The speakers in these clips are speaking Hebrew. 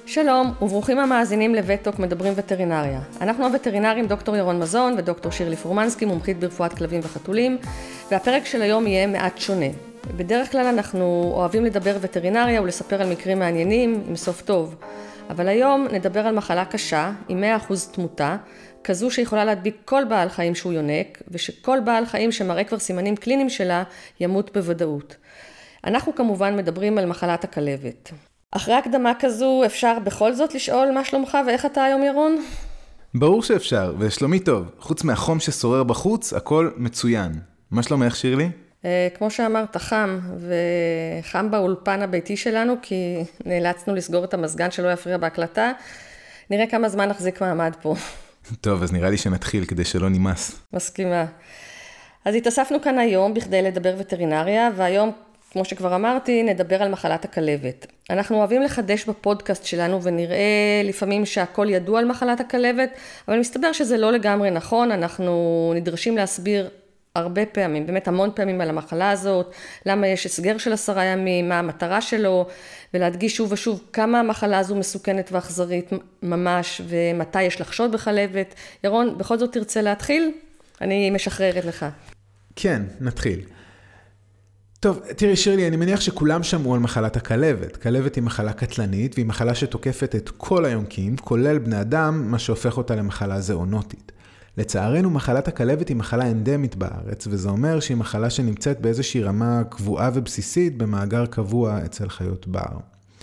שלום וברוכים המאזינים לבית-טוק מדברים וטרינריה. אנחנו הווטרינרים דוקטור ירון מזון ודוקטור שירלי פורמנסקי, מומחית ברפואת כלבים וחתולים, והפרק של היום יהיה מעט שונה. בדרך כלל אנחנו אוהבים לדבר וטרינריה ולספר על מקרים מעניינים עם סוף טוב. אבל היום נדבר על מחלה קשה עם 100% תמותה, כזו שיכולה להדביק כל בעל חיים שהוא יונק, ושכל בעל חיים שמראה כבר סימנים קליניים שלה ימות בוודאות. אנחנו כמובן מדברים על מחלת הכלבת. אחרי הקדמה כזו אפשר בכל זאת לשאול מה שלומך ואיך אתה היום ירון? ברור שאפשר, ושלומי טוב. חוץ מהחום ששורר בחוץ, הכל מצוין. מה שלומך שירלי? כמו שאמרת, חם, וחם באולפן הביתי שלנו, כי נאלצנו לסגור את המזגן שלא יפריע בהקלטה. נראה כמה זמן נחזיק מעמד פה. טוב, אז נראה לי שנתחיל כדי שלא נימס. מסכימה. אז התאספנו כאן היום בכדי לדבר וטרינריה, והיום, כמו שכבר אמרתי, נדבר על מחלת הכלבת. אנחנו אוהבים לחדש בפודקאסט שלנו ונראה לפעמים שהכל ידוע על מחלת הכלבת, אבל מסתבר שזה לא לגמרי נכון. אנחנו נדרשים להסביר הרבה פעמים, באמת המון פעמים על המחלה הזאת, למה יש הסגר של 10 ימים, מה המטרה שלו, ולהדגיש שוב ושוב כמה המחלה הזו מסוכנת ואכזרית ממש, ומתי יש לחשוד בכלבת. ירון, בכל זאת תרצה להתחיל? אני משחררת לך. כן, נתחיל. טוב, תראי שירלי, אני מניח שכולם שמעו על מחלת הכלבת. כלבת היא מחלה קטלנית, והיא מחלה שתוקפת את כל היונקים, כולל בני אדם, מה שהופך אותה למחלה זואונוטית. לצערנו, מחלת הכלבת היא מחלה אנדמית בארץ, וזה אומר שהיא מחלה שנמצאת באיזושהי רמה קבועה ובסיסית במאגר קבוע אצל חיות בר.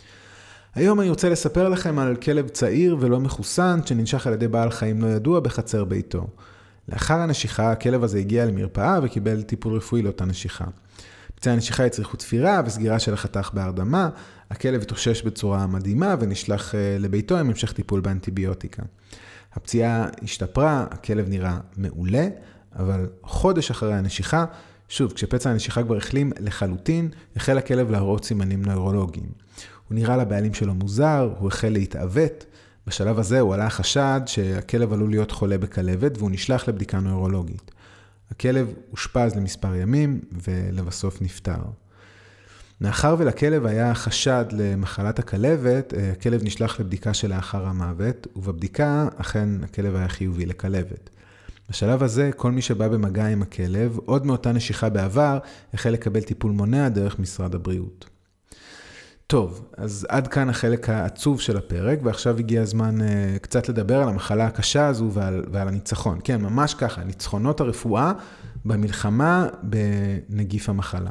היום אני רוצה לספר לכם על כלב צעיר ולא מחוסן, שננשך על ידי בעל חיים לא ידוע בחצר ביתו. לאחר הנשיכה, הכלב הזה הגיע למרפאה וקיבל טיפול רפואי לאותה נשיכה. פצעי הנשיכה הצריכו תפירה וסגירה של החתך בהרדמה, הכלב התאושש בצורה מדהימה ונשלח לביתו עם המשך טיפול באנטיביוטיקה. הפציעה השתפרה, הכלב נראה מעולה, אבל חודש אחרי הנשיכה, שוב, כשפצע הנשיכה כבר החלים לחלוטין, החל הכלב להראות סימנים נוירולוגיים. הוא נראה לבעלים שלו מוזר, הוא החל להתעוות, בשלב הזה הוא עלה חשד שהכלב עלול להיות חולה בכלבת, והוא נשלח לבדיקה נוירולוגית. הכלב הושפז למספר ימים ולבסוף נפטר. מאחר ולכלב היה חשד למחלת הכלבת, הכלב נשלח לבדיקה שלאחר המוות, ובבדיקה אכן הכלב היה חיובי לכלבת. בשלב הזה, כל מי שבא במגע עם הכלב, עוד מאותה נשיכה בעבר, החל לקבל טיפול מונע דרך משרד הבריאות. טוב, אז עד כאן החלק העצוב של הפרק, ועכשיו הגיע הזמן קצת לדבר על המחלה הקשה הזו ועל הניצחון. כן, ממש ככה, ניצחונות הרפואה במלחמה בנגיף המחלה.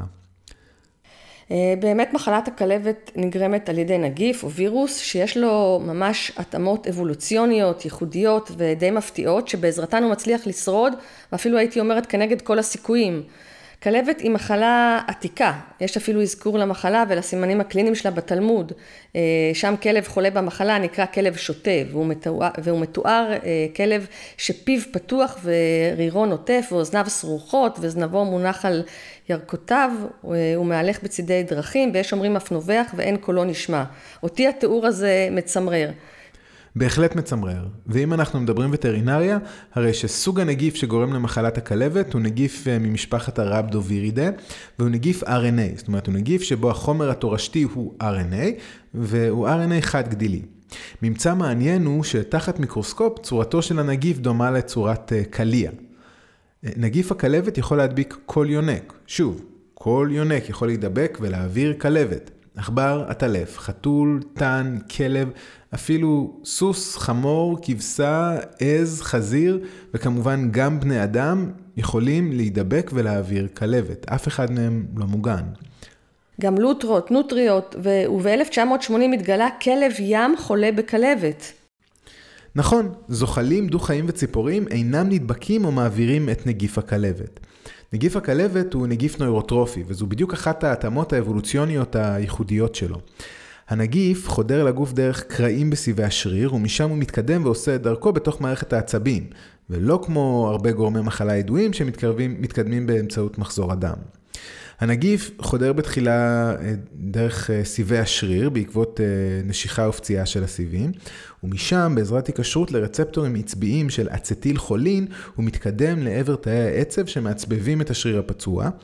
באמת מחלת הכלבת נגרמת על ידי נגיף או וירוס שיש לו ממש התאמות אבולוציוניות, ייחודיות ודי מפתיעות שבעזרתן הוא מצליח לשרוד, ואפילו הייתי אומרת כנגד כל הסיכויים. כלבת היא מחלה עתיקה, יש אפילו אזכור למחלה ולסימנים הקליניים שלה בתלמוד. שם כלב חולה במחלה נקרא כלב שוטה, והוא מתואר כלב שפיו פתוח ורירו נוטף ואוזניו סרוחות וזנבו מונח על ירקותיו, הוא מהלך בצידי דרכים ויש אומרים אף נובח ואין קולו נשמע. אותי התיאור הזה מצמרר. בהחלט מצמרר. ואם אנחנו מדברים וטרינריה, הרי שסוג הנגיף שגורם למחלת הכלבת הוא נגיף ממשפחת הרבדוווירידה, והוא נגיף RNA. זאת אומרת, הוא נגיף שבו החומר התורשתי הוא RNA, והוא RNA חד גדילי. ממצא מעניין הוא שתחת מיקרוסקופ צורתו של הנגיף דומה לצורת קליה. נגיף הכלבת יכול להדביק כל יונק. שוב, כל יונק יכול להידבק ולהעביר כלבת. עכבר, עטלף, חתול, תן, כלב, אפילו סוס, חמור, כבשה, עז, חזיר, וכמובן גם בני אדם יכולים להידבק ולהעביר כלבת. אף אחד מהם לא מוגן. גם לוטרות, נוטריות, וב-1980 התגלה כלב ים חולה בכלבת. נכון, זוחלים, דו-חיים וציפורים אינם נדבקים או מעבירים את נגיף הכלבת. נגיף הכלבת הוא נגיף נוירוטרופי, וזו בדיוק אחת ההתאמות האבולוציוניות הייחודיות שלו. הנגיף חודר לגוף דרך קרעים בסיבי השריר, ומשם הוא מתקדם ועושה את דרכו בתוך מערכת העצבים, ולא כמו הרבה גורמי מחלה ידועים שמתקדמים באמצעות מחזור הדם. הנגיף חודר בתחילה דרך סיבי השריר בעקבות נשיכה ופציעה של הסיבים, ומשם בעזרת היקשרות לרצפטורים עצביים של אצטיל חולין הוא מתקדם לעבר תאי העצב שמעצבבים את השריר הפצוע,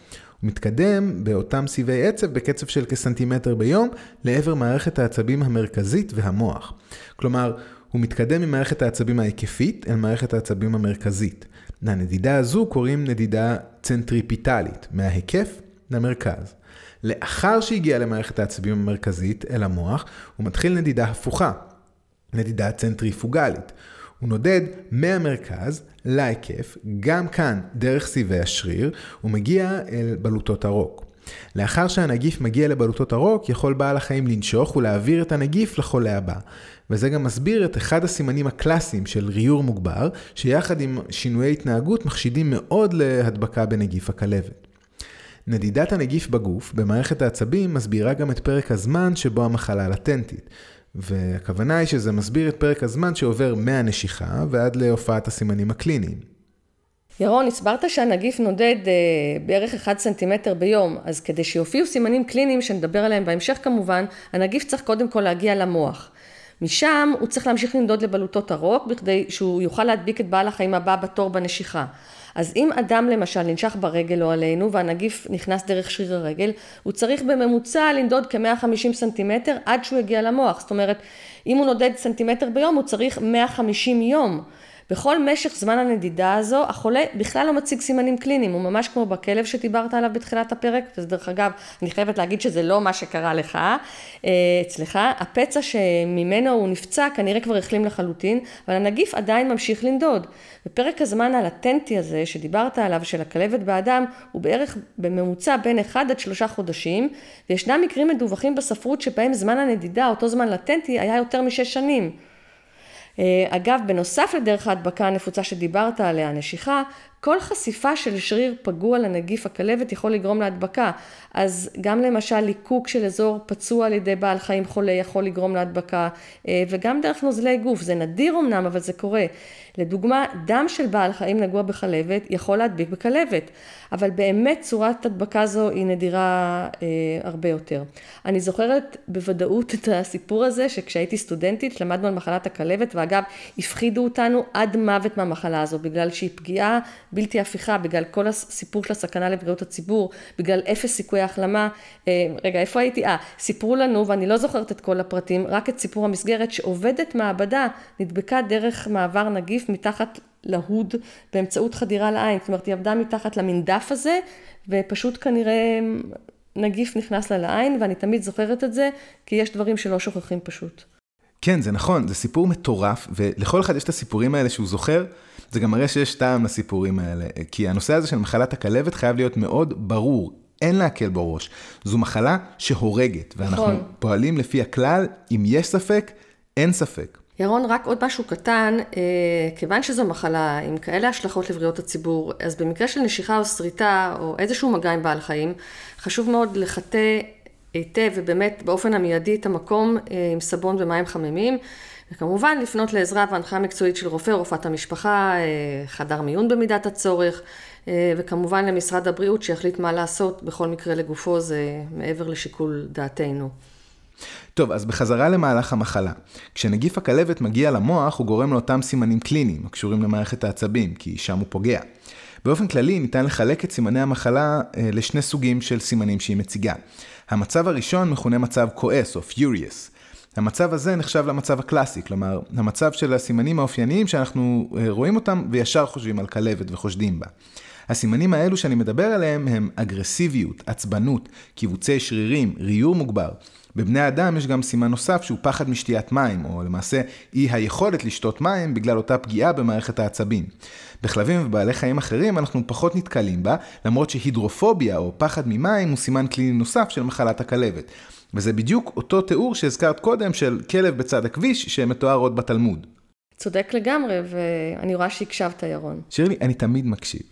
מתקדם באותם סיבי עצב בקצב של כסנטימטר ביום לעבר מערכת העצבים המרכזית והמוח. כלומר, הוא מתקדם ממערכת העצבים ההיקפית אל מערכת העצבים המרכזית. לנדידה הזו קוראים נדידה צנטריפיטלית, מההיקף למרכז. לאחר שהגיע למערכת העצבים המרכזית אל המוח, הוא מתחיל נדידה הפוכה, נדידה צנטריפוגלית. הוא נודד מהמרכז להיקף, גם כאן דרך סיבי השריר, ומגיע אל בלוטות הרוק. לאחר שהנגיף מגיע לבלוטות הרוק, יכול בעל החיים לנשוך ולהעביר את הנגיף לחולה הבא. וזה גם מסביר את אחד הסימנים הקלאסיים של ריור מוגבר, שיחד עם שינויי התנהגות מחשידים מאוד להדבקה בנגיף הכלבת. נדידת הנגיף בגוף, במערכת העצבים, מסבירה גם את פרק הזמן שבו המחלה לטנטית. והכוונה היא שזה מסביר את פרק הזמן שעובר מהנשיכה ועד להופעת הסימנים הקליניים. ירון, הסברת שהנגיף נודד בערך 1 סנטימטר ביום, אז כדי שיופיעו סימנים קליניים שנדבר עליהם בהמשך כמובן, הנגיף צריך קודם כל להגיע למוח. משם הוא צריך להמשיך לנדוד לבלוטות הרוק, בכדי שהוא יוכל להדביק את בעל החיים הבא בתור בנשיכה. אז אם אדם למשל ננשך ברגל או עלינו והנגיף נכנס דרך שריר הרגל, הוא צריך בממוצע לנדוד כ-150 סנטימטר עד שהוא יגיע למוח. זאת אומרת, אם הוא נודד סנטימטר ביום, הוא צריך 150 יום. בכל משך זמן הנדידה הזו, החולה בכלל לא מציג סימנים קליניים, הוא ממש כמו בכלב שדיברת עליו בתחילת הפרק, וזה דרך אגב, אני חייבת להגיד שזה לא מה שקרה לך, אצלך, הפצע שממנו הוא נפצע כנראה כבר החלים לחלוטין, אבל הנגיף עדיין ממשיך לנדוד. בפרק הזמן הלטנטי הזה שדיברת עליו של הכלבת באדם, הוא בערך בממוצע בין 1 עד 3 חודשים, וישנם מקרים מדווחים בספרות שבהם זמן הנדידה, אותו זמן לטנטי, היה יותר מ6 שנים. אגב, בנוסף לדרך ההדבקה הנפוצה שדיברת עליה, הנשיכה, כל חשיפה של שריר פגוע לנגיף הכלבת יכול לגרום להדבקה. אז גם למשל ליקוק של אזור פצוע על ידי בעל חיים חולה יכול לגרום להדבקה, וגם דרך נוזלי גוף. זה נדיר אמנם, אבל זה קורה. לדוגמה, דם של בעל חיים נגוע בכלבת יכול להדביק בכלבת, אבל באמת צורת הדבקה זו היא נדירה הרבה יותר. אני זוכרת בוודאות את הסיפור הזה שכשהייתי סטודנטית למדנו על מחלת הכלבת, ואגב הפחידו אותנו עד מוות מהמחלה הזו, בגלל שהיא פגיעה בלתי הפיכה, בגלל כל הסיפור של הסכנה לבריאות הציבור, בגלל 0 סיכוי החלמה. רגע, איפה הייתי? סיפרו לנו, ואני לא זוכרת את כל הפרטים, רק את סיפור המסגרת שעובדת מעבדה נדבקה דרך מעבר נגיף מתחת להוד באמצעות חדירה לעין. זאת אומרת, היא עבדה מתחת למנדף הזה, ופשוט כנראה נגיף נכנס לה לעין, ואני תמיד זוכרת את זה, כי יש דברים שלא שוכחים פשוט. כן, זה נכון, זה סיפור מטורף, ולכל אחד יש את הסיפורים האלה שהוא זוכר, זה גם מראה שיש טעם לסיפורים האלה, כי הנושא הזה של מחלת הכלבת חייב להיות מאוד ברור, אין להקל בראש. זו מחלה שהורגת, ואנחנו פועלים לפי הכלל, אם יש ספק, אין ספק. ירון, רק עוד משהו קטן, כיוון שזו מחלה עם כאלה השלכות לבריאות הציבור, אז במקרה של נשיכה או שריטה או איזשהו מגע עם בעל חיים, חשוב מאוד לחטא היטב ובאמת באופן המיידי את המקום עם סבון ומים חממים, וכמובן לפנות לעזרה והנחה מקצועית של רופא, רופאת המשפחה, חדר מיון במידת הצורך, וכמובן למשרד הבריאות שיחליט מה לעשות בכל מקרה לגופו, זה מעבר לשיקול דעתנו. טוב, אז בחזרה למהלך המחלה. כשנגיף הכלבת מגיע למוח, הוא גורם לאותם סימנים קליניים, הקשורים למערכת העצבים, כי שם הוא פוגע. באופן כללי, ניתן לחלק את סימני המחלה לשני סוגים של סימנים שהיא מציגה. המצב הראשון מכונה מצב כועס, או furious. המצב הזה נחשב למצב הקלאסי, כלומר, המצב של הסימנים האופייניים שאנחנו רואים אותם וישר חושבים על כלבת וחושדים בה. הסימנים האלו שאני מדבר עליהם הם אגרסיביות, עצבנות, קיבוצי שרירים, ריור מוגבר. בבני אדם יש גם סימן נוסף שהוא פחד משתיית מים, או למעשה אי היכולת לשתות מים בגלל אותה פגיעה במערכת העצבים. בכלבים ובעלי חיים אחרים אנחנו פחות נתקלים בה, למרות שהידרופוביה או פחד ממים הוא סימן קליני נוסף של מחלת הכלבת. וזה בדיוק אותו תיאור שהזכרת קודם של כלב בצד הכביש שמתואר עוד בתלמוד. צודק לגמרי, ואני רואה שהקשבת, ירון. שירלי, אני תמיד מקשיב.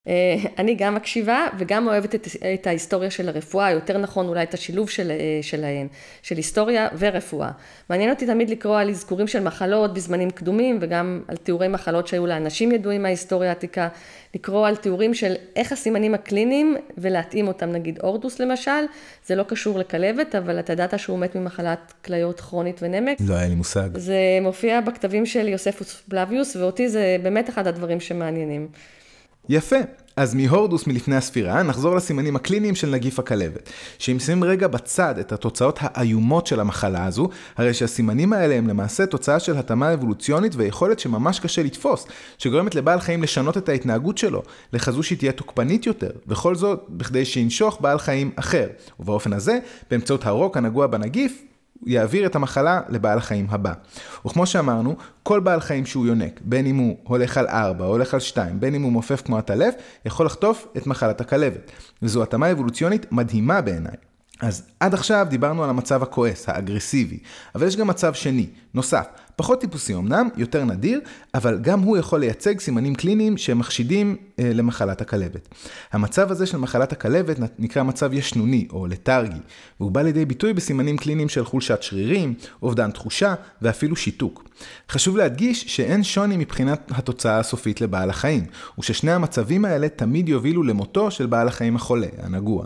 אני גם מקשיבה וגם אוהבת את ההיסטוריה של הרפואה, יותר נכון אולי את השילוב שלהן, של היסטוריה ורפואה. מעניין אותי תמיד לקרוא על אזכורים של מחלות בזמנים קדומים, וגם על תיאורי מחלות שהיו לאנשים ידועים מההיסטוריה העתיקה, לקרוא על תיאורים של איך הסימנים הקליניים ולהתאים אותם, נגיד אורדוס למשל, זה לא קשור לכלבת, אבל אתה ידעת שהוא מת ממחלת כליות כרונית ונמק. לא היה לי מושג. זה מופיע בכתבים של יוספוס פלביוס, ואותי זה באמת אחד הדברים שמעניינים. יפה. אז מהורדוס מלפני הספירה, נחזור לסימנים הקליניים של נגיף הכלבת. שאם שים רגע בצד את התוצאות האיומות של המחלה הזו, הרי שהסימנים האלה הם למעשה תוצאה של התאמה אבולוציונית ויכולת שממש קשה לתפוס, שגורמת לבעל חיים לשנות את ההתנהגות שלו, לחזו שהיא תהיה תוקפנית יותר, וכל זאת בכדי שינשוך בעל חיים אחר. ובאופן הזה, באמצעות הרוק הנגוע בנגיף, יעביר את המחלה לבעל החיים הבא. וכמו שאמרנו, כל בעל חיים שהוא יונק, בין אם הוא הולך על 4 או הולך על 2, בין אם הוא מופף כמו הטלף, יכול לחטוף את מחלת הכלבת. וזו התאמה אבולוציונית מדהימה בעיניי. אז עד עכשיו דיברנו על המצב הכועס, האגרסיבי, אבל יש גם מצב שני, נוסף, פחות טיפוסי אמנם, יותר נדיר, אבל גם הוא יכול לייצג סימנים קליניים שמחשידים למחלת הכלבת. המצב הזה של מחלת הכלבת נקרא מצב ישנוני או לטרגי, והוא בא לידי ביטוי בסימנים קליניים של חולשת שרירים, אובדן תחושה ואפילו שיתוק. חשוב להדגיש שאין שוני מבחינת התוצאה הסופית לבעל החיים, וששני המצבים האלה תמיד יובילו למותו של בעל החיים החולה, הנגוע.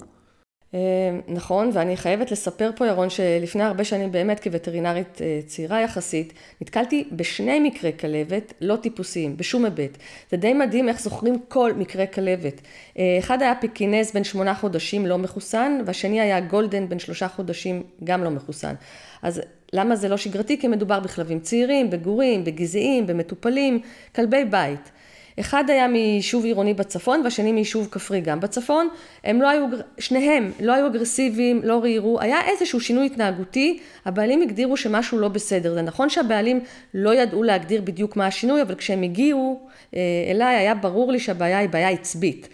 נכון, ואני חייבת לספר פה ירון שלפני הרבה שנים באמת כווטרינרית צעירה יחסית, נתקלתי בשני מקרי כלבת לא טיפוסיים, בשום היבט. זה די מדהים איך זוכרים כל מקרה כלבת. אחד היה פיקינז בן 8 חודשים לא מחוסן, והשני היה גולדן בן 3 חודשים גם לא מחוסן. אז למה זה לא שגרתי? כי מדובר בכלבים צעירים, בגורים, בגזעיים, במטופלים, כלבי בית. אחד היה מיישוב עירוני בצפון, והשני מיישוב כפרי גם בצפון. שניהם לא היו אגרסיביים, לא ריירו. היה איזשהו שינוי התנהגותי, הבעלים הגדירו שמשהו לא בסדר. זה נכון שהבעלים לא ידעו להגדיר בדיוק מה השינוי, אבל כשהם הגיעו אליי, היה ברור לי שהבעיה היא בעיה עצבית.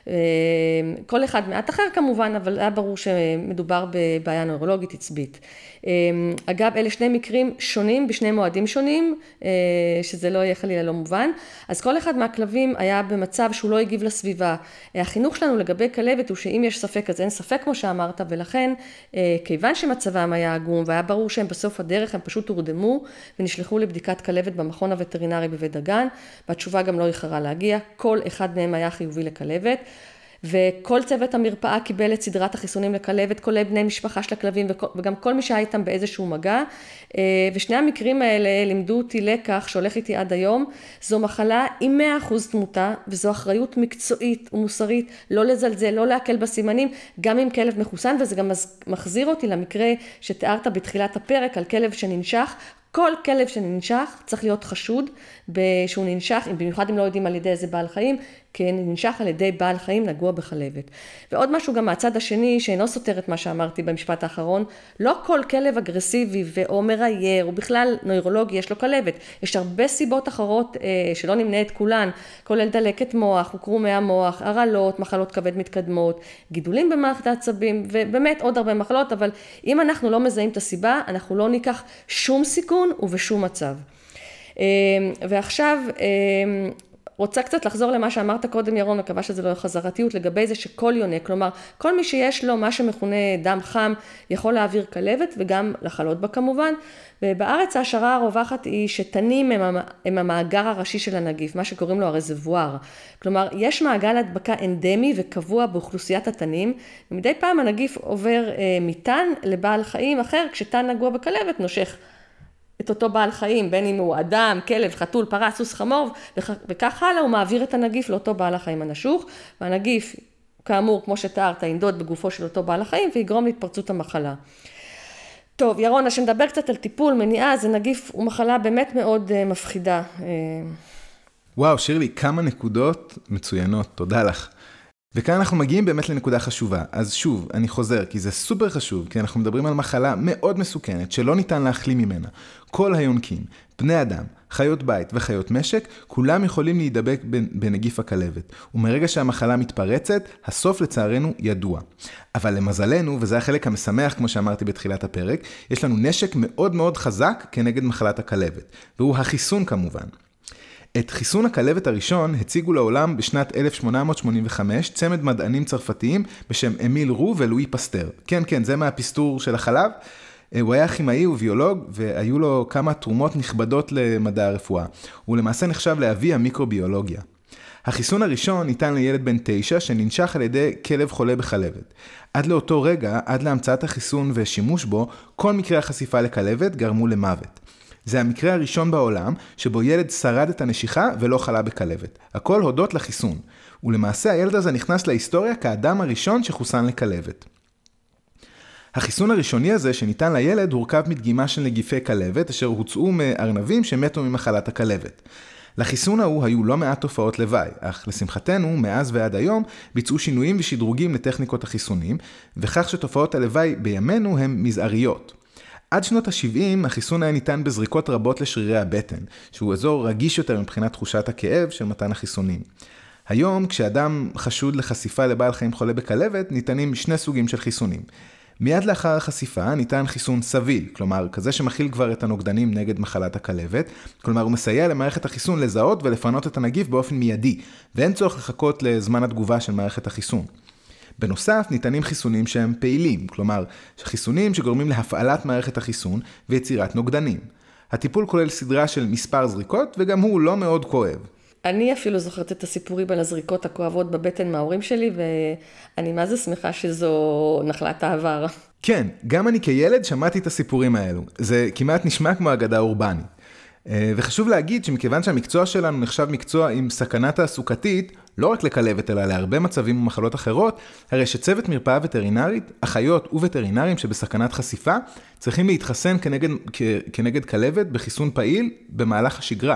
כל אחד מעט אחר כמובן, אבל היה ברור שמדובר בבעיה נוירולוגית עצבית. אגב, אלה שני מקרים שונים בשני מועדים שונים, שזה לא יהיה חלילה לא מובן. אז כל אחד מהכלבים היה במצב שהוא לא הגיב לסביבה. החינוך שלנו לגבי כלבת הוא שאם יש ספק אז אין ספק כמו שאמרת, ולכן כיוון שמצבם היה עגום והיה ברור שהם בסוף הדרך הם פשוט הורדמו ונשלחו לבדיקת כלבת במכון הווטרינרי בבית דגן, והתשובה גם לא איחרה להגיע, כל אחד מהם היה חיובי לכלבת. וכל צוות המרפאה קיבל את סדרת החיסונים לכלבת, כולל בני משפחה של הכלבים וגם כל מי שהיה איתם באיזשהו מגע. ושני המקרים האלה לימדו אותי לקח שהולך איתי עד היום. זו מחלה עם 100% תמותה, וזו אחריות מקצועית ומוסרית, לא לזלזל, לא להקל בסימנים, גם עם כלב מחוסן, וזה גם מחזיר אותי למקרה שתיארת בתחילת הפרק על כלב שננשך. כל כלב שננשך צריך להיות חשוד שהוא ננשך, במיוחד אם לא יודעים על ידי איזה בעל חיים, כן, ננשך על ידי בעל חיים נגוע בכלבת. ועוד משהו גם מהצד השני, שאינו סותר את מה שאמרתי במשפט האחרון, לא כל כלב אגרסיבי או מרייר, או בכלל נוירולוגי, יש לו כלבת. יש הרבה סיבות אחרות שלא נמנה את כולן, כולל דלקת מוח, קרומי המוח, הרעלות, מחלות כבד מתקדמות, גידולים במערכת העצבים, ובאמת עוד הרבה מחלות, אבל אם אנחנו לא מזהים את הסיבה, אנחנו לא ניקח שום סיכון ובשום מצב. ועכשיו, רוצה קצת לחזור למה שאמרת קודם ירון, מקווה שזה לא חזרתיות, לגבי זה שכל יונק, כלומר, כל מי שיש לו מה שמכונה דם חם, יכול להעביר כלבת וגם לחלות בה כמובן, ובארץ ההשערה הרווחת היא שתנים הם המאגר הראשי של הנגיף, מה שקוראים לו הרזבואר. כלומר, יש מעגל הדבקה אנדמי וקבוע באוכלוסיית התנים, ומדי פעם הנגיף עובר מתן לבעל חיים אחר, כשתן נגוע בכלבת נושך את אותו בעל חיים, בין אם הוא אדם, כלב, חתול, פרה, סוס, חמור, וכך הלאה הוא מעביר את הנגיף לאותו בעל החיים הנשוך, והנגיף, כאמור, כמו שתיארת, ינדוד בגופו של אותו בעל החיים, ויגרום להתפרצות המחלה. טוב, ירון, אז שנדבר קצת על טיפול, מניעה, זה נגיף ומחלה באמת מאוד מפחידה. וואו, שירלי, כמה נקודות מצוינות, תודה לך. וכאן אנחנו מגיעים באמת לנקודה חשובה. אז שוב, אני חוזר, כי זה סופר חשוב, כי אנחנו מדברים על מחלה מאוד מסוכנת, שלא ניתן להחלים ממנה. כל היונקים, בני אדם, חיות בית וחיות משק, כולם יכולים להידבק בנגיף הכלבת. ומרגע שהמחלה מתפרצת, הסוף לצערנו ידוע. אבל למזלנו, וזה החלק המשמח כמו שאמרתי בתחילת הפרק, יש לנו נשק מאוד מאוד חזק כנגד מחלת הכלבת. והוא החיסון כמובן. את חיסון הכלבת הראשון הציגו לעולם בשנת 1885 צמד מדענים צרפתיים בשם אמיל רו ולואי פסטר. כן, זה מהפסטור של החלב. הוא היה כימאי וביולוג והיו לו כמה תרומות נכבדות למדע הרפואה. הוא למעשה נחשב לאבי המיקרוביולוגיה. החיסון הראשון ניתן לילד בן 9 שננשך על ידי כלב חולה בכלבת. עד לאותו רגע, עד להמצאת החיסון ושימוש בו, כל מקרי החשיפה לכלבת גרמו למוות. זה המקרה הראשון בעולם שבו ילד שרד את הנשיכה ולא חלה בכלבת. הכל הודות לחיסון. ולמעשה הילד הזה נכנס להיסטוריה כאדם הראשון שחוסן לכלבת. החיסון הראשוני הזה שניתן לילד הורכב מדגימה של נגיפי כלבת אשר הוצאו מארנבים שמתו ממחלת הכלבת. לחיסון ההוא היו לא מעט תופעות לוואי, אך לשמחתנו, מאז ועד היום, ביצעו שינויים ושדרוגים לטכניקות החיסונים, וכך שתופעות הלוואי בימינו הן מזעריות. עד שנות ה-70, החיסון היה ניתן בזריקות רבות לשרירי הבטן, שהוא אזור רגיש יותר מבחינת תחושת הכאב של מתן החיסונים. היום, כשאדם חשוד לחשיפה לבעל חיים חולה בכלבת, ניתנים שני סוגים של חיסונים. מיד לאחר החשיפה ניתן חיסון סביל, כלומר כזה שמכיל כבר את הנוגדנים נגד מחלת הכלבת, כלומר הוא מסייע למערכת החיסון לזהות ולפנות את הנגיף באופן מיידי, ואין צורך לחכות לזמן התגובה של מערכת החיסון. בנוסף ניתנים חיסונים שהם פעילים, כלומר חיסונים שגורמים להפעלת מערכת החיסון ויצירת נוגדנים. הטיפול כולל סדרה של מספר זריקות וגם הוא לא מאוד כואב. אני אפילו זוכרת את הסיפורים על הזריקות הכואבות בבטן מההורים שלי, ואני מה זה שמחה שזו נחלת העבר. כן, גם אני כילד שמעתי את הסיפורים האלו. זה כמעט נשמע כמו אגדה אורבנית. וחשוב להגיד שמכיוון שהמקצוע שלנו נחשב מקצוע עם סכנה תעסוקתית, לא רק לכלבת אלא להרבה מצבים ומחלות אחרות, הרי שצוות מרפאה וטרינרית, אחיות ווטרינרים שבסכנת חשיפה, צריכים להתחסן כנגד כלבת בחיסון פעיל במהלך השגרה.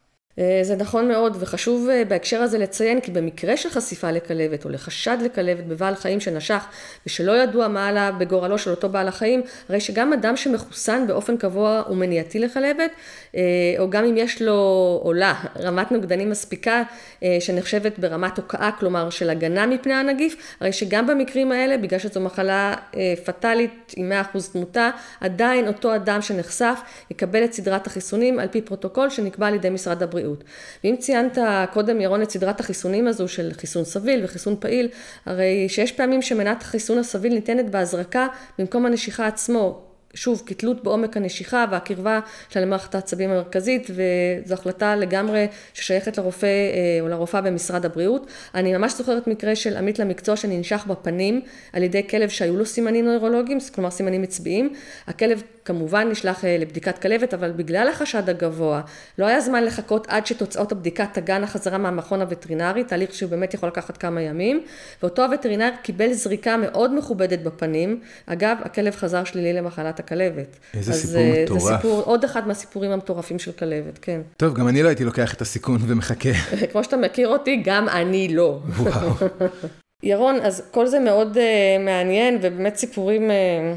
זה נכון מאוד, וחשוב בהקשר הזה לציין כי במקרה של חשיפה לכלבת או לחשד לכלבת בבעל חיים שנשך ושלא ידוע מה עלה בגורלו של אותו בעל החיים, הרי שגם אדם שמחוסן באופן קבוע ומניעתי לכלבת, או גם אם יש לו עולה רמת נוגדנים מספיקה שנחשבת ברמת הוקעה, כלומר של הגנה מפני הנגיף, הרי שגם במקרים האלה, בגלל שזו מחלה פטלית עם 100% תמותה, עדיין אותו אדם שנחשף יקבל את סדרת החיסונים על פי פרוטוקול שנקבע על ידי משרד הבריאות. ואם ציינת קודם ירון את סדרת החיסונים הזו של חיסון סביל וחיסון פעיל, הרי שיש פעמים שמנת החיסון הסביל ניתנת בהזרקה במקום הנשיכה עצמו, שוב, כתלות בעומק הנשיכה והקרבה של למערכת העצבים המרכזית, וזו החלטה לגמרי ששייכת לרופא או לרופאה במשרד הבריאות. אני ממש זוכרת מקרה של עמית למקצוע שננשך בפנים על ידי כלב שהיו לו סימנים נוירולוגיים, כלומר סימנים מצביעים. הכלב כמובן נשלח לבדיקת כלבת, אבל בגלל החשד הגבוה, לא היה זמן לחכות עד שתוצאות הבדיקה תגענה חזרה מהמכון הווטרינרי, תהליך שהוא באמת יכול לקחת כמה ימים, ואותו הווטרינר קיבל זריקה מאוד מכובדת בפנים. אגב, הכלב חזר שלילי למחלת הכלבת. איזה סיפור מטורף. זה סיפור, עוד אחד מהסיפורים המטורפים של כלבת, כן. טוב, גם אני לא הייתי לוקח את הסיכון ומחכה. כמו שאתה מכיר אותי, גם אני לא. וואו. ירון, אז כל זה מאוד מעניין, ובאמת סיפורים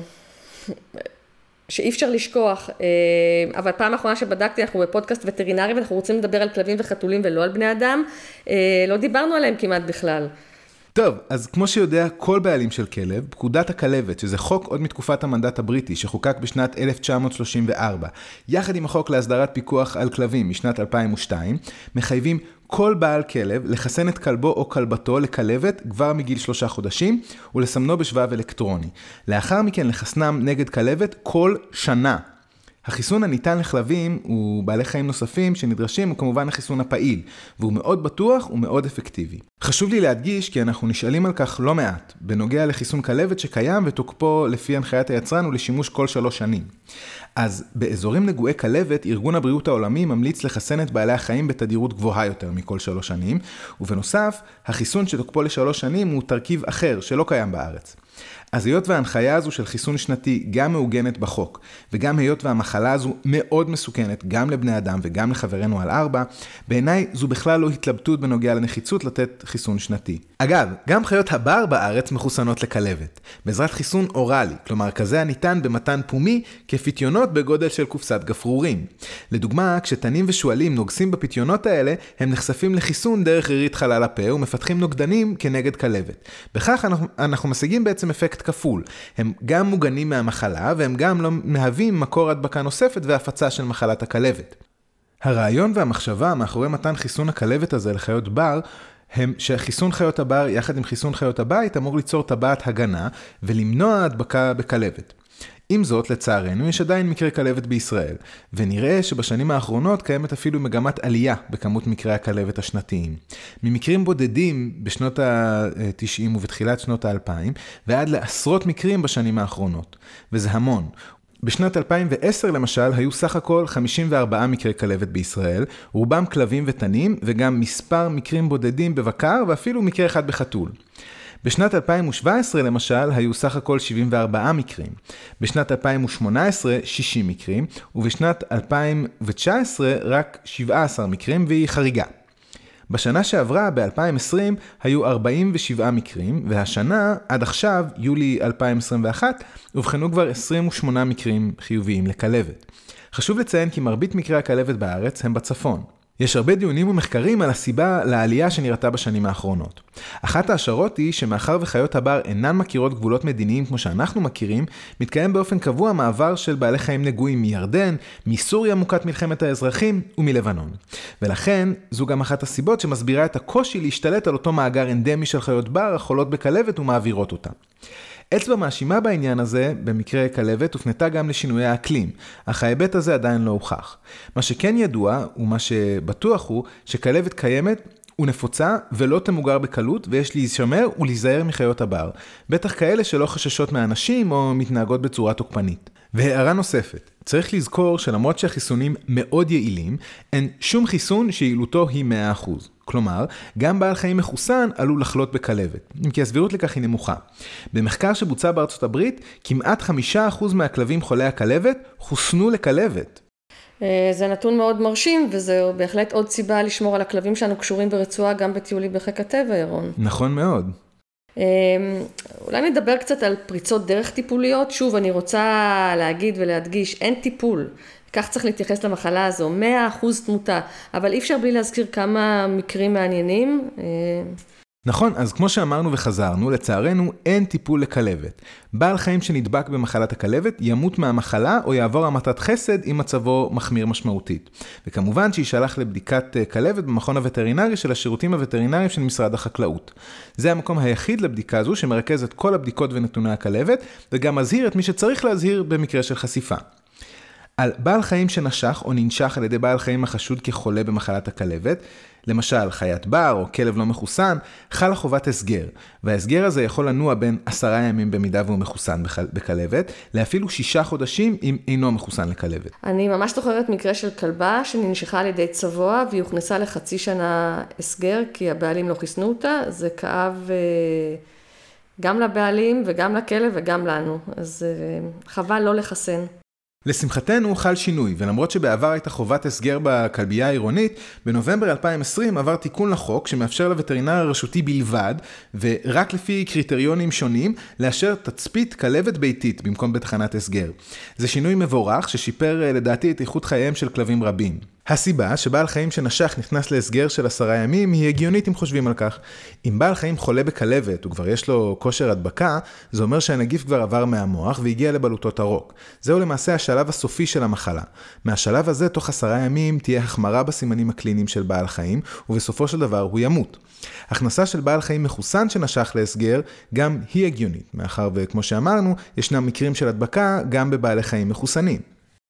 שאי אפשר לשכוח, אבל פעם האחרונה שבדקתי, אנחנו בפודקאסט וטרינרי, ואנחנו רוצים לדבר על כלבים וחתולים ולא על בני אדם, לא דיברנו עליהם כמעט בכלל. טוב, אז כמו שיודע כל בעלים של כלב, פקודת הכלבת, שזה חוק עוד מתקופת המנדט הבריטי, שחוקק בשנת 1934, יחד עם החוק להסדרת פיקוח על כלבים משנת 2002, מחייבים כל בעל כלב לחסן את כלבו או כלבתו לכלבת כבר מגיל 3 חודשים, ולסמנו בשבב אלקטרוני. לאחר מכן לחסנם נגד כלבת כל שנה. החיסון הניתן לכלבים ובעלי חיים נוספים שנדרשים הוא כמובן החיסון הפעיל, והוא מאוד בטוח ומאוד אפקטיבי. חשוב לי להדגיש כי אנחנו נשאלים על כך לא מעט, בנוגע לחיסון כלבת שקיים ותוקפו לפי הנחיית היצרן ולשימוש כל 3 שנים. אז באזורים נגועי כלבת, ארגון הבריאות העולמי ממליץ לחסן את בעלי החיים בתדירות גבוהה יותר מכל 3 שנים, ובנוסף, החיסון שתוקפו ל3 שנים הוא תרכיב אחר שלא קיים בארץ. אז היות וההנחיה הזו של חיסון שנתי גם מעוגנת בחוק, וגם היות והמחלה הזו מאוד מסוכנת גם לבני אדם וגם לחברנו על 4, בעיניי זו בכלל לא התלבטות בנוגע לנחיצות לתת חיסון שנתי. אגב, גם חיות הבר בארץ מחוסנות לכלבת, בעזרת חיסון אורלי, כלומר כזה הניתן במתן פומי כפיתיונות בגודל של קופסת גפרורים. לדוגמה, כשתנים ושואלים נוגסים בפיתיונות האלה, הם נחשפים לחיסון דרך רירית חלל הפה ומפתחים נוגדנים כנגד כלבת. בכך אנחנו משיגים בעצם אפקט כפול. הם גם מוגנים מהמחלה והם גם לא מהווים מקור הדבקה נוספת והפצה של מחלת הכלבת. הרעיון והמחשבה מאחורי מתן חיסון הכלבת הזה לחיות בר הם שחיסון חיות הבר יחד עם חיסון חיות הבית אמור ליצור טבעת הגנה ולמנוע הדבקה בכלבת. עם זאת, לצערנו, יש עדיין מקרי כלבת בישראל, ונראה שבשנים האחרונות קיימת אפילו מגמת עלייה בכמות מקרי הכלבת השנתיים. ממקרים בודדים בשנות ה-90 ובתחילת שנות ה-2000, ועד לעשרות מקרים בשנים האחרונות. וזה המון. בשנת 2010 למשל היו סך הכל 54 מקרי כלבת בישראל, רובם כלבים ותנים וגם מספר מקרים בודדים בבקר ואפילו מקרה אחד בחתול. בשנת 2017 למשל היו סך הכל 74 מקרים, בשנת 2018 60 מקרים ובשנת 2019 רק 17 מקרים והיא חריגה. בשנה שעברה, ב-2020, היו 47 מקרים, והשנה, עד עכשיו, יולי 2021, הובחנו כבר 28 מקרים חיוביים לכלבת. חשוב לציין כי מרבית מקרי הכלבת בארץ הם בצפון. יש הרבה דיונים ומחקרים על הסיבה לעלייה שנראתה בשנים האחרונות. אחת ההשערות היא שמאחר וחיות הבר אינן מכירות גבולות מדיניים כמו שאנחנו מכירים, מתקיים באופן קבוע מעבר של בעלי חיים נגועים מירדן, מסוריה מוכת מלחמת האזרחים ומלבנון. ולכן זו גם אחת הסיבות שמסבירה את הקושי להשתלט על אותו מאגר אנדמי של חיות בר החולות בכלבת ומעבירות אותה. אצבע מאשימה בעניין הזה, במקרה כלבת, הופנתה גם לשינויי האקלים, אך ההיבט הזה עדיין לא הוכח. מה שכן ידוע, ומה שבטוח הוא, שכלבת קיימת ונפוצה ולא תמוגר בקלות, ויש להישמר ולהיזהר מחיות הבר, בטח כאלה שלא חששות מאנשים או מתנהגות בצורה תוקפנית. והערה נוספת, צריך לזכור שלמרות שהחיסונים מאוד יעילים, אין שום חיסון שיעילותו היא 100%. כלומר, גם בעל חיים מחוסן עלול לחלות בכלבת, כי הסבירות לכך היא נמוכה. במחקר שבוצע בארצות הברית, כמעט 5% מהכלבים חולי הכלבת חוסנו לכלבת. זה נתון מאוד מרשים, וזה בהחלט עוד סיבה לשמור על הכלבים שלנו קשורים ברצועה גם בטיולים בחיק הטבע, ירון. נכון מאוד. אולי נדבר קצת על פריצות דרך טיפוליות. שוב, אני רוצה להגיד ולהדגיש, אין טיפול. כך צריך להתייחס למחלה הזו, 100% תמותה, אבל אי אפשר בלי להזכיר כמה מקרים מעניינים. נכון, אז כמו שאמרנו וחזרנו, לצערנו אין טיפול לכלבת. בעל חיים שנדבק במחלת הכלבת ימות מהמחלה או יעבור המתת חסד אם מצבו מחמיר משמעותית. וכמובן שישלח לבדיקת כלבת במכון הווטרינרי של השירותים הווטרינריים של משרד החקלאות. זה המקום היחיד לבדיקה הזו שמרכז את כל הבדיקות ונתוני הכלבת, וגם מזהיר את מי שצריך להזהיר במקרה של חשיפה. על בעל חיים שנשך או ננשך על ידי בעל חיים החשוד כחולה במחלת הכלבת, למשל חיית בר או כלב לא מחוסן, חלה חובת הסגר, וההסגר הזה יכול לנוע בין 10 ימים במידה והוא מחוסן בכלבת, לאפילו 6 חודשים אם אינו מחוסן לכלבת. אני ממש זוכרת מקרה של כלבה שננשכה על ידי צבוע, והיא הוכנסה לחצי שנה הסגר, כי הבעלים לא חיסנו אותה. זה כאב גם לבעלים וגם לכלב וגם לנו, אז חבל לא לחסן. לשמחתנו חל שינוי, ולמרות שבעבר הייתה חובת הסגר בכלבייה העירונית, בנובמבר 2020 עבר תיקון לחוק שמאפשר לווטרינר הרשותי בלבד, ורק לפי קריטריונים שונים, לאשר תצפית כלבת ביתית במקום בתחנת הסגר. זה שינוי מבורך ששיפר לדעתי את איכות חייהם של כלבים רבים. הסיבה שבעל חיים שנשך נכנס להסגר של 10 ימים היא הגיונית אם חושבים על כך. אם בעל חיים חולה בכלבת וכבר יש לו כושר הדבקה, זה אומר שהנגיף כבר עבר מהמוח והגיע לבלוטות הרוק. זהו למעשה השלב הסופי של המחלה. מהשלב הזה תוך 10 ימים תהיה החמרה בסימנים הקליניים של בעל חיים, ובסופו של דבר הוא ימות. הכנסה של בעל חיים מחוסן שנשך להסגר גם היא הגיונית, מאחר וכמו שאמרנו, ישנם מקרים של הדבקה גם בבעלי חיים מחוסנים.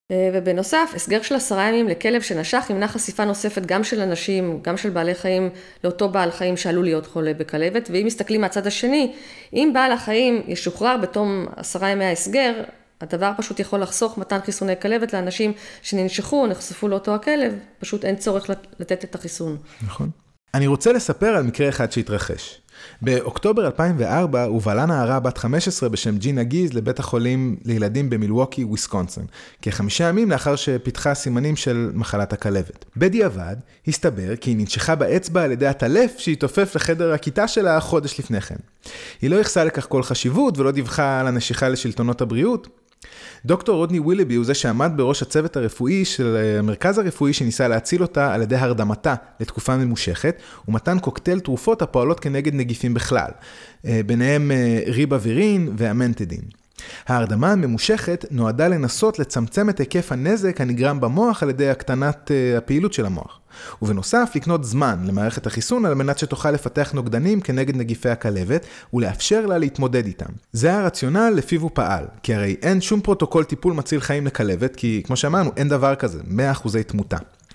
ובנוסף, הסגר של 10 ימים לכלב שנשך ימנע חשיפה נוספת גם של אנשים, גם של בעלי חיים, לאותו בעל חיים שעלול להיות חולה בכלבת. ואם מסתכלים מהצד השני, אם בעל החיים ישוחרר בתום 10 ימי ההסגר, הדבר פשוט יכול לחסוך מתן חיסוני כלבת לאנשים שננשכו או נחשפו לאותו הכלב, פשוט אין צורך לתת את החיסון. נכון. אני רוצה לספר על מקרה אחד שהתרחש. באוקטובר 2004 הובלה נערה בת 15 בשם ג'ינה גיז לבית החולים לילדים במילווקי, וויסקונסין, כ5 ימים לאחר שפיתחה סימנים של מחלת הכלבת. בדיעבד הסתבר כי היא ננשכה באצבע על ידי הטלף שהתעופף לחדר הכיתה שלה חודש לפני כן. היא לא יחסה לכך כל חשיבות ולא דיווחה על הנשיכה לשלטונות הבריאות. דוקטור רודני ווילבי הוא זה שעמד בראש הצוות הרפואי של המרכז הרפואי שניסה להציל אותה על ידי הרדמתה לתקופה ממושכת ומתן קוקטייל תרופות הפועלות כנגד נגיפים בכלל, ביניהם ריבאווירין ואמנטדין. ההרדמה הממושכת נועדה לנסות לצמצם את היקף הנזק הנגרם במוח על ידי הקטנת הפעילות של המוח. ובנוסף, לקנות זמן למערכת החיסון על מנת שתוכל לפתח נוגדנים כנגד נגיפי הכלבת ולאפשר לה להתמודד איתם. זה הרציונל לפיו הוא פעל, כי הרי אין שום פרוטוקול טיפול מציל חיים לכלבת, כי כמו שאמרנו, אין דבר כזה, 100% תמותה.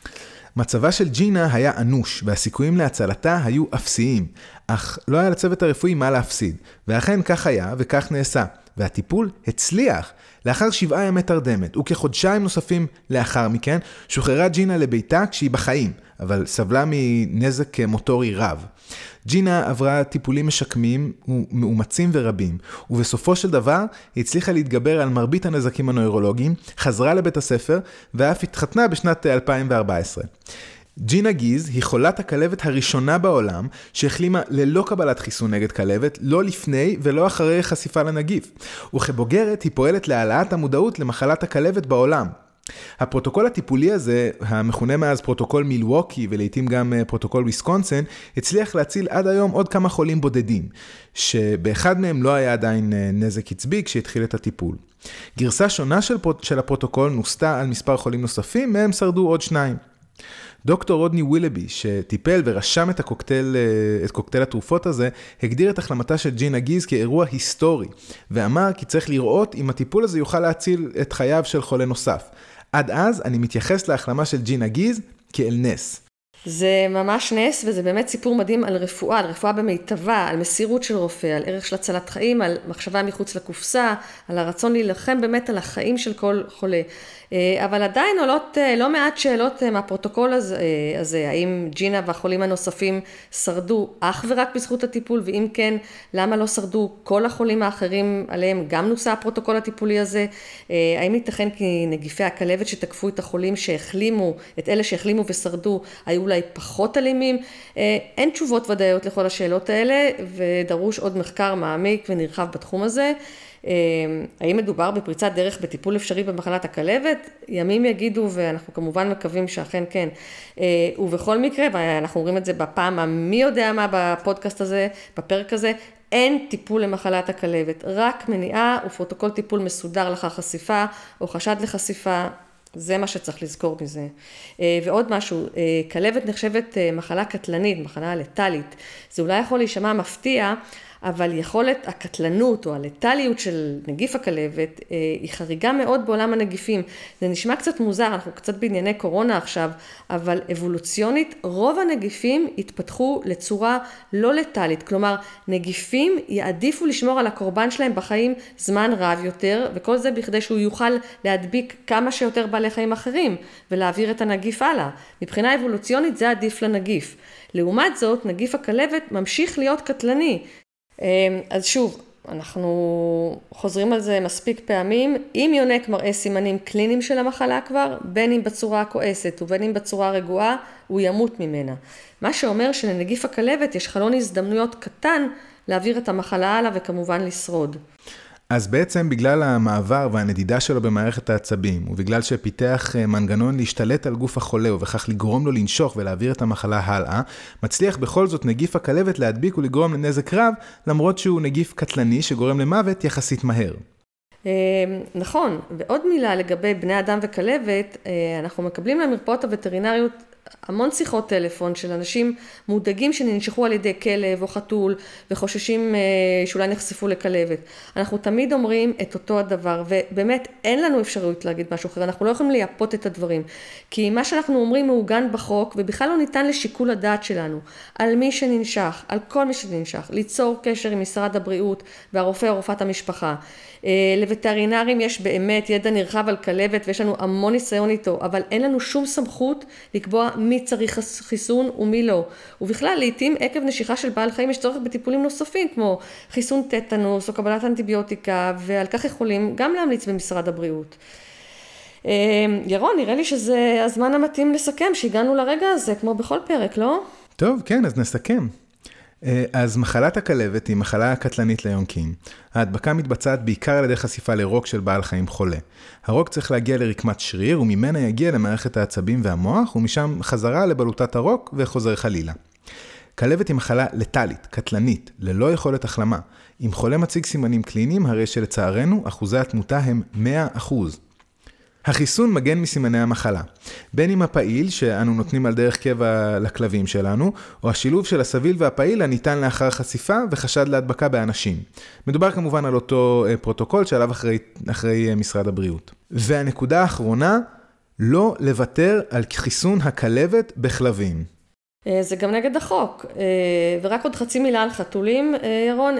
מצבה של ג'ינה היה אנוש, והסיכויים להצלתה היו אפסיים, אך לא היה לצוות הרפואי מה להפסיד, ואכן כך היה וכך נעשה. והטיפול הצליח. לאחר 7 ימי תרדמת, וכחודשיים נוספים לאחר מכן, שוחררה ג'ינה לביתה כשהיא בחיים, אבל סבלה מנזק מוטורי רב. ג'ינה עברה טיפולים משקמים ומאומצים ורבים, ובסופו של דבר היא הצליחה להתגבר על מרבית הנזקים הנוירולוגיים, חזרה לבית הספר, ואף התחתנה בשנת 2014. ג'ינה גיז היא חולת הכלבת הראשונה בעולם שהחלימה ללא קבלת חיסון נגד כלבת, לא לפני ולא אחרי חשיפה לנגיף. וכבוגרת היא פועלת להעלאת המודעות למחלת הכלבת בעולם. הפרוטוקול הטיפולי הזה, המכונה מאז פרוטוקול מילווקי ולעיתים גם פרוטוקול ויסקונסין, הצליח להציל עד היום עוד כמה חולים בודדים, שבאחד מהם לא היה עדיין נזק עצבי כשהתחיל את הטיפול. גרסה שונה של הפרוטוקול נוסתה על מספר חולים נוספים, מהם שרדו עוד 2. דוקטור רודני ווילבי, שטיפל ורשם את קוקטייל התרופות הזה, הגדיר את החלמתה של ג'ינה גיז כאירוע היסטורי, ואמר כי צריך לראות אם הטיפול הזה יוכל להציל את חייו של חולה נוסף. עד אז אני מתייחס להחלמה של ג'ינה גיז כאל נס. זה ממש נס, וזה באמת סיפור מדהים על רפואה במיטבה, על מסירות של רופא, על ערך של הצלת חיים, על מחשבה מחוץ לקופסה, על הרצון להילחם באמת על החיים של כל חולה. אבל עדיין עולות לא מעט שאלות מהפרוטוקול הזה, האם ג'ינה והחולים הנוספים שרדו אך ורק בזכות הטיפול, ואם כן, למה לא שרדו כל החולים האחרים עליהם גם נושא הפרוטוקול הטיפולי הזה? האם ייתכן כי נגיפי הכלבת שתקפו את החולים שהחלימו, את אלה שהחלימו ושרדו, היו אולי פחות אלימים? אין תשובות ודאיות לכל השאלות האלה, ודרוש עוד מחקר מעמיק ונרחב בתחום הזה. האם מדובר בפריצת דרך בטיפול אפשרי במחלת הכלבת? ימים יגידו, ואנחנו כמובן מקווים שאכן כן. ובכל מקרה, ואנחנו אומרים את זה בפעם המי יודע מה בפודקאסט הזה, בפרק הזה, אין טיפול למחלת הכלבת, רק מניעה ופרוטוקול טיפול מסודר לאחר חשיפה או חשד לחשיפה. זה מה שצריך לזכור מזה. ועוד משהו, כלבת נחשבת מחלה קטלנית, מחלה לטלית. זה אולי יכול להישמע מפתיע, אבל יכולת הקטלנות או הלטליות של נגיף הכלבת היא חריגה מאוד בעולם הנגיפים. זה נשמע קצת מוזר, אנחנו קצת בענייני קורונה עכשיו, אבל אבולוציונית רוב הנגיפים התפתחו לצורה לא לטלית. כלומר, נגיפים יעדיפו לשמור על הקורבן שלהם בחיים זמן רב יותר, וכל זה בכדי שהוא יוכל להדביק כמה שיותר בעלי חיים אחרים, ולהעביר את הנגיף הלאה. מבחינה אבולוציונית זה עדיף לנגיף. לעומת זאת, נגיף הכלבת ממשיך להיות קטלני. אז שוב, אנחנו חוזרים על זה מספיק פעמים. אם יונק מראה סימנים קליניים של המחלה כבר, בין אם בצורה הכועסת ובין אם בצורה רגועה, הוא ימות ממנה. מה שאומר שלנגיף הכלבת יש חלון הזדמנויות קטן להעביר את המחלה הלאה וכמובן לשרוד. אז בעצם בגלל המעבר והנדידה שלו במערכת העצבים, ובגלל שפיתח מנגנון להשתלט על גוף החולה, ובכך לגרום לו לנשוך ולהעביר את המחלה הלאה, מצליח בכל זאת נגיף הכלבת להדביק ולגרום לנזק רב, למרות שהוא נגיף קטלני שגורם למוות יחסית מהר. נכון, ועוד מילה לגבי בני אדם וכלבת, אנחנו מקבלים למרפאות הווטרינריות המון שיחות טלפון של אנשים מודאגים שננשכו על ידי כלב או חתול וחוששים שאולי נחשפו לכלבת. אנחנו תמיד אומרים את אותו הדבר, ובאמת אין לנו אפשרות להגיד משהו אחר, אנחנו לא יכולים לייפות את הדברים, כי מה שאנחנו אומרים מעוגן בחוק ובכלל לא ניתן לשיקול הדעת שלנו, על מי שננשך, על כל מי שננשך, ליצור קשר עם משרד הבריאות והרופא או רופאת המשפחה. לווטרינרים יש באמת ידע נרחב על כלבת ויש לנו המון ניסיון איתו, אבל אין לנו שום סמכות לקבוע מי צריך חיסון ומי לא. ובכלל, לעתים עקב נשיכה של בעל חיים יש צורך בטיפולים נוספים, כמו חיסון טטנוס או קבלת אנטיביוטיקה, ועל כך יכולים גם להמליץ במשרד הבריאות. ירון, נראה לי שזה הזמן המתאים לסכם, שהגענו לרגע הזה, כמו בכל פרק, לא? טוב, כן, אז נסכם. אז מחלת הכלבת היא מחלה קטלנית ליונקים. ההדבקה מתבצעת בעיקר על ידי חשיפה לרוק של בעל חיים חולה. הרוק צריך להגיע לרקמת שריר, וממנה יגיע למערכת העצבים והמוח, ומשם חזרה לבלוטת הרוק וחוזר חלילה. כלבת היא מחלה לטלית, קטלנית, ללא יכולת החלמה. אם חולה מציג סימנים קליניים, הרי שלצערנו אחוזי התמותה הם 100%. החיסון מגן מסימני המחלה, בין אם הפעיל שאנו נותנים על דרך קבע לכלבים שלנו, או השילוב של הסביל והפעיל הניתן לאחר חשיפה וחשד להדבקה באנשים. מדובר כמובן על אותו פרוטוקול שעליו אחרי משרד הבריאות. והנקודה האחרונה, לא לוותר על חיסון הכלבת בכלבים. זה גם נגד החוק. ורק עוד חצי מילה על חתולים, ירון.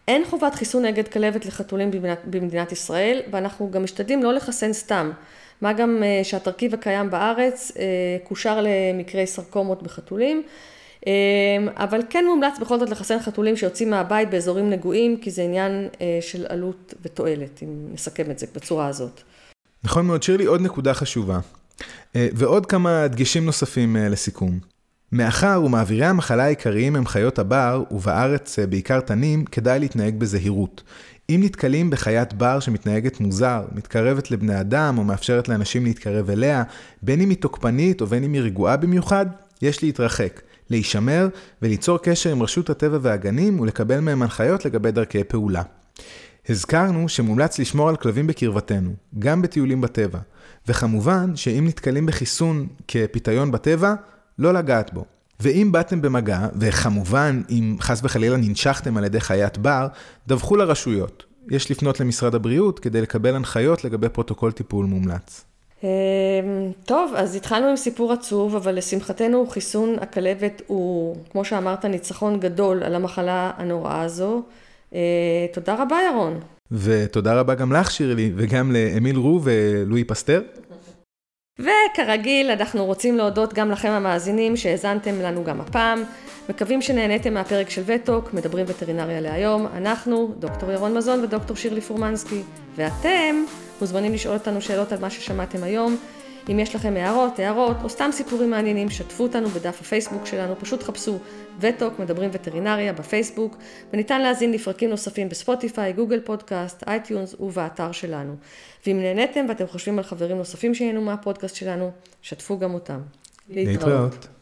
אין חובת חיסון נגד כלבת לחתולים במדינת ישראל, ואנחנו גם משתדלים לא לחסן סתם. מה גם שהתרכיב הקיים בארץ קושר למקרי סרקומות בחתולים, אבל כן מומלץ בכל זאת לחסן חתולים שיוצאים מהבית באזורים נגועים, כי זה עניין של עלות ותועלת, אם נסכם את זה בצורה הזאת. נכון מאוד, שירלי, עוד נקודה חשובה. ועוד כמה דגשים נוספים לסיכום. מאחר ומעבירי המחלה העיקריים הם חיות הבר, ובארץ בעיקר תנים, כדאי להתנהג בזהירות. אם נתקלים בחיית בר שמתנהגת מוזר, מתקרבת לבני אדם או מאפשרת לאנשים להתקרב אליה, בין אם היא תוקפנית או בין אם היא רגועה במיוחד, יש להתרחק, להישמר וליצור קשר עם רשות הטבע והגנים ולקבל מהם הנחיות לגבי דרכי פעולה. הזכרנו שמומלץ לשמור על כלבים בקרבתנו, גם בטיולים בטבע, וכמובן שאם נתקלים בחיסון כפיתיון בטבע, לא לגעת בו. ואם באתם במגע, וכמובן אם חס וחלילה ננשכתם על ידי חיית בר, דווחו לרשויות. יש לפנות למשרד הבריאות כדי לקבל הנחיות לגבי פרוטוקול טיפול מומלץ. טוב, אז התחלנו עם סיפור עצוב, אבל לשמחתנו חיסון הכלבת הוא, כמו שאמרת, ניצחון גדול על המחלה הנוראה הזו. תודה רבה, ירון. ותודה רבה גם לך, שירלי, וגם לאמיל רו ולואי פסטר. וכרגיל, אנחנו רוצים להודות גם לכם המאזינים שהאזנתם לנו גם הפעם. מקווים שנהניתם מהפרק של וטוק, מדברים וטרינריה להיום. אנחנו, דוקטור ירון מזון ודוקטור שירלי פורמנסקי, ואתם מוזמנים לשאול אותנו שאלות על מה ששמעתם היום. אם יש לכם הערות, או סתם סיפורים מעניינים, שתפו אותנו בדף הפייסבוק שלנו, פשוט חפשו וטוק, מדברים וטרינריה בפייסבוק, וניתן להזין לפרקים נוספים בספוטיפיי, גוגל פודקאסט, אייטיונס ובאתר שלנו. ואם נהניתם ואתם חושבים על חברים נוספים שהיינו מהפודקאסט שלנו, שתפו גם אותם. להתראות.